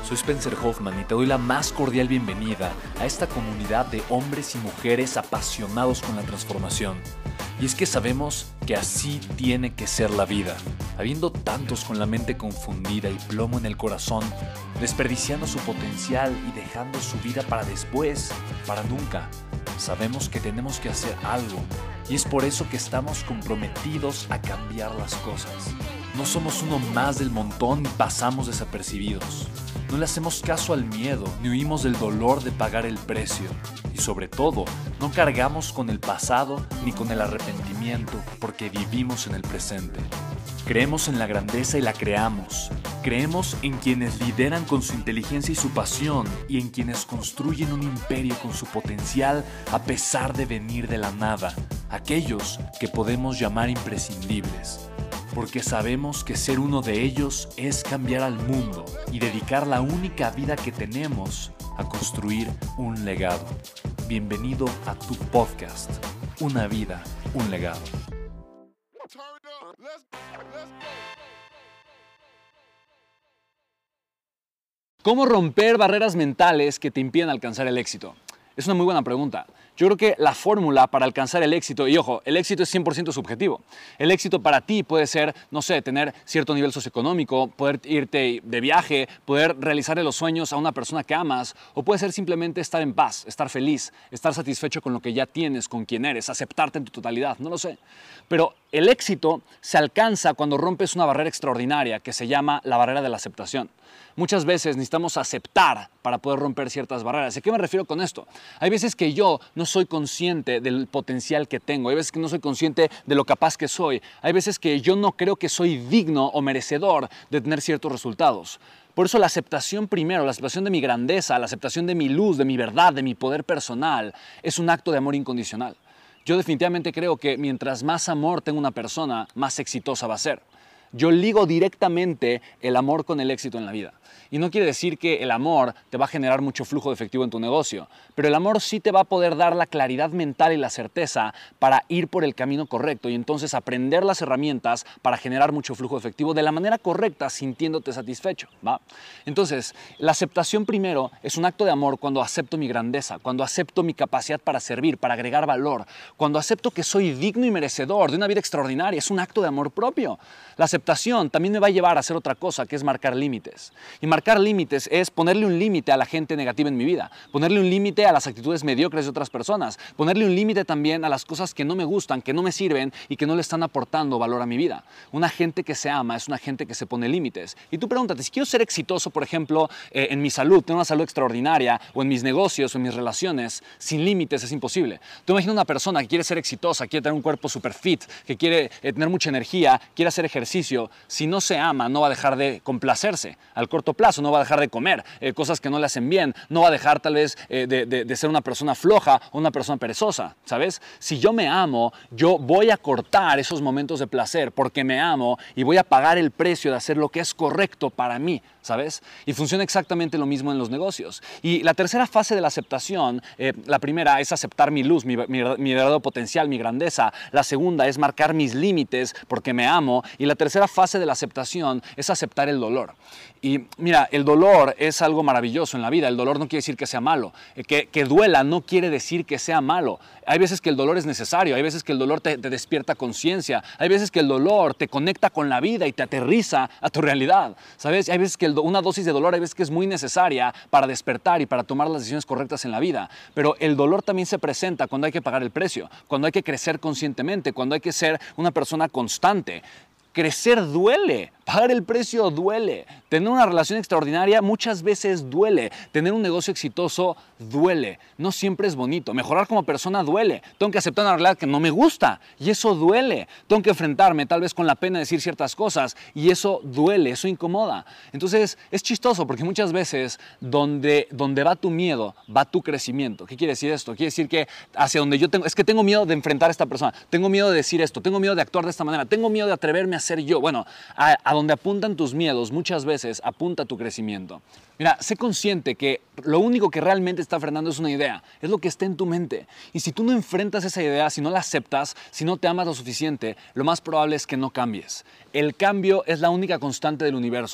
Soy Spencer Hoffman y te doy la más cordial bienvenida a esta comunidad de hombres y mujeres apasionados con la transformación. Y es que sabemos que así tiene que ser la vida, habiendo tantos con la mente confundida y plomo en el corazón, desperdiciando su potencial y dejando su vida para después, para nunca. Sabemos que tenemos que hacer algo y es por eso que estamos comprometidos a cambiar las cosas. No somos uno más del montón y pasamos desapercibidos. No le hacemos caso al miedo ni huimos del dolor de pagar el precio. Y sobre todo, no cargamos con el pasado ni con el arrepentimiento porque vivimos en el presente. Creemos en la grandeza y la creamos. Creemos en quienes lideran con su inteligencia y su pasión y en quienes construyen un imperio con su potencial a pesar de venir de la nada. Aquellos que podemos llamar imprescindibles. Porque sabemos que ser uno de ellos es cambiar al mundo y dedicar la única vida que tenemos a construir un legado. Bienvenido a tu podcast, Una vida, un legado. ¿Cómo romper barreras mentales que te impiden alcanzar el éxito? Es una muy buena pregunta. Yo creo que la fórmula para alcanzar el éxito, y ojo, el éxito es 100% subjetivo. El éxito para ti puede ser, no sé, tener cierto nivel socioeconómico, poder irte de viaje, poder realizarle los sueños a una persona que amas, o puede ser simplemente estar en paz, estar feliz, estar satisfecho con lo que ya tienes, con quien eres, aceptarte en tu totalidad, no lo sé. Pero el éxito se alcanza cuando rompes una barrera extraordinaria que se llama la barrera de la aceptación. Muchas veces necesitamos aceptar para poder romper ciertas barreras. ¿A qué me refiero con esto? Hay veces que yo no soy consciente del potencial que tengo. Hay veces que no soy consciente de lo capaz que soy. Hay veces que yo no creo que soy digno o merecedor de tener ciertos resultados. Por eso la aceptación primero, la aceptación de mi grandeza, la aceptación de mi luz, de mi verdad, de mi poder personal, es un acto de amor incondicional. Yo definitivamente creo que mientras más amor tenga una persona, más exitosa va a ser. Yo ligo directamente el amor con el éxito en la vida. Y no quiere decir que el amor te va a generar mucho flujo de efectivo en tu negocio, pero el amor sí te va a poder dar la claridad mental y la certeza para ir por el camino correcto y entonces aprender las herramientas para generar mucho flujo de efectivo de la manera correcta, sintiéndote satisfecho, ¿va? Entonces, la aceptación primero es un acto de amor cuando acepto mi grandeza, cuando acepto mi capacidad para servir, para agregar valor, cuando acepto que soy digno y merecedor de una vida extraordinaria, es un acto de amor propio. La aceptación también me va a llevar a hacer otra cosa, que es marcar límites. Y marcar límites es ponerle un límite a la gente negativa en mi vida, ponerle un límite a las actitudes mediocres de otras personas, ponerle un límite también a las cosas que no me gustan, que no me sirven y que no le están aportando valor a mi vida. Una gente que se ama es una gente que se pone límites. Y tú pregúntate, si quiero ser exitoso, por ejemplo, en mi salud, tener una salud extraordinaria, o en mis negocios, o en mis relaciones, sin límites es imposible. Tú imaginas una persona que quiere ser exitosa, quiere tener un cuerpo super fit, que quiere tener mucha energía, quiere hacer ejercicio. Si no se ama, no va a dejar de complacerse al corto plazo, no va a dejar de comer cosas que no le hacen bien, no va a dejar tal vez de ser una persona floja o una persona perezosa, ¿sabes? Si yo me amo, yo voy a cortar esos momentos de placer porque me amo y voy a pagar el precio de hacer lo que es correcto para mí, ¿sabes? Y funciona exactamente lo mismo en los negocios. Y la tercera fase de la aceptación, la primera es aceptar mi luz, mi verdadero potencial, mi grandeza. La segunda es marcar mis límites porque me amo. Y la tercera fase de la aceptación es aceptar el dolor. Y mira, el dolor es algo maravilloso en la vida. El dolor no quiere decir que sea malo. Que duela no quiere decir que sea malo. Hay veces que el dolor es necesario. Hay veces que el dolor te despierta conciencia. Hay veces que el dolor te conecta con la vida y te aterriza a tu realidad. ¿Sabes? Hay veces que una dosis de dolor hay veces que es muy necesaria para despertar y para tomar las decisiones correctas en la vida. Pero el dolor también se presenta cuando hay que pagar el precio, cuando hay que crecer conscientemente, cuando hay que ser una persona constante. Crecer duele, pagar el precio duele, tener una relación extraordinaria muchas veces duele, tener un negocio exitoso duele, no siempre es bonito, mejorar como persona duele, tengo que aceptar una realidad que no me gusta y eso duele, tengo que enfrentarme tal vez con la pena de decir ciertas cosas y eso duele, eso incomoda. Entonces es chistoso porque muchas veces donde va tu miedo, va tu crecimiento. ¿Qué quiere decir esto? Quiere decir que hacia donde yo tengo miedo de enfrentar a esta persona, tengo miedo de decir esto, tengo miedo de actuar de esta manera, tengo miedo de atreverme a ser yo. Bueno, a donde apuntan tus miedos, muchas veces apunta tu crecimiento. Mira, sé consciente que lo único que realmente está frenando es una idea, es lo que está en tu mente. Y si tú no enfrentas esa idea, si no la aceptas, si no te amas lo suficiente, lo más probable es que no cambies. El cambio es la única constante del universo.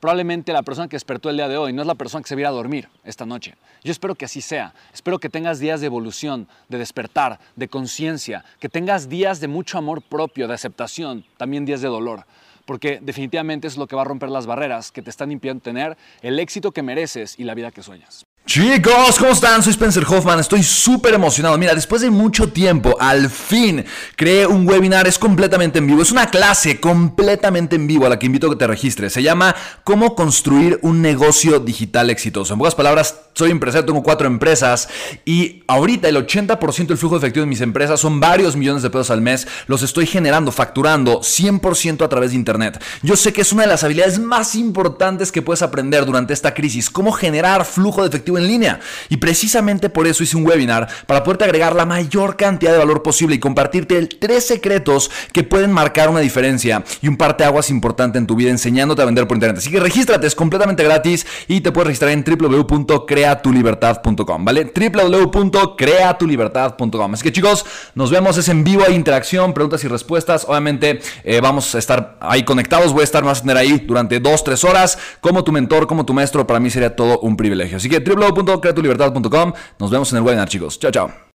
probablemente la persona que despertó el día de hoy no es la persona que se va a ir a dormir esta noche. Yo espero que así sea. Espero que tengas días de evolución, de despertar, de conciencia, que tengas días de mucho amor propio, de aceptación, también días de dolor. Porque definitivamente es lo que va a romper las barreras que te están impidiendo tener el éxito que mereces y la vida que sueñas. Chicos, ¿cómo están? Soy Spencer Hoffman, estoy súper emocionado. Mira, después de mucho tiempo, al fin creé un webinar, es completamente en vivo. Es una clase completamente en vivo a la que invito a que te registres. Se llama ¿Cómo construir un negocio digital exitoso? En pocas palabras, soy empresario, tengo 4 empresas y ahorita el 80% del flujo efectivo de mis empresas son varios millones de pesos al mes. Los estoy generando, facturando 100% a través de internet. Yo sé que es una de las habilidades más importantes que puedes aprender durante esta crisis, cómo generar flujo de efectivo en línea, y precisamente por eso hice un webinar para poderte agregar la mayor cantidad de valor posible y compartirte 3 secretos que pueden marcar una diferencia y un parteaguas importante en tu vida enseñándote a vender por internet. Así que regístrate, es completamente gratis y te puedes registrar en www.creatulibertad.com, ¿vale? www.creatulibertad.com. Así que chicos, nos vemos, es en vivo, hay interacción, preguntas y respuestas. Obviamente vamos a estar ahí conectados, voy a estar más a tener ahí durante 2-3 horas como tu mentor, como tu maestro. Para mí sería todo un privilegio. Así que www.creatulibertad.com. Nos vemos en el webinar, chicos. Chao, chao.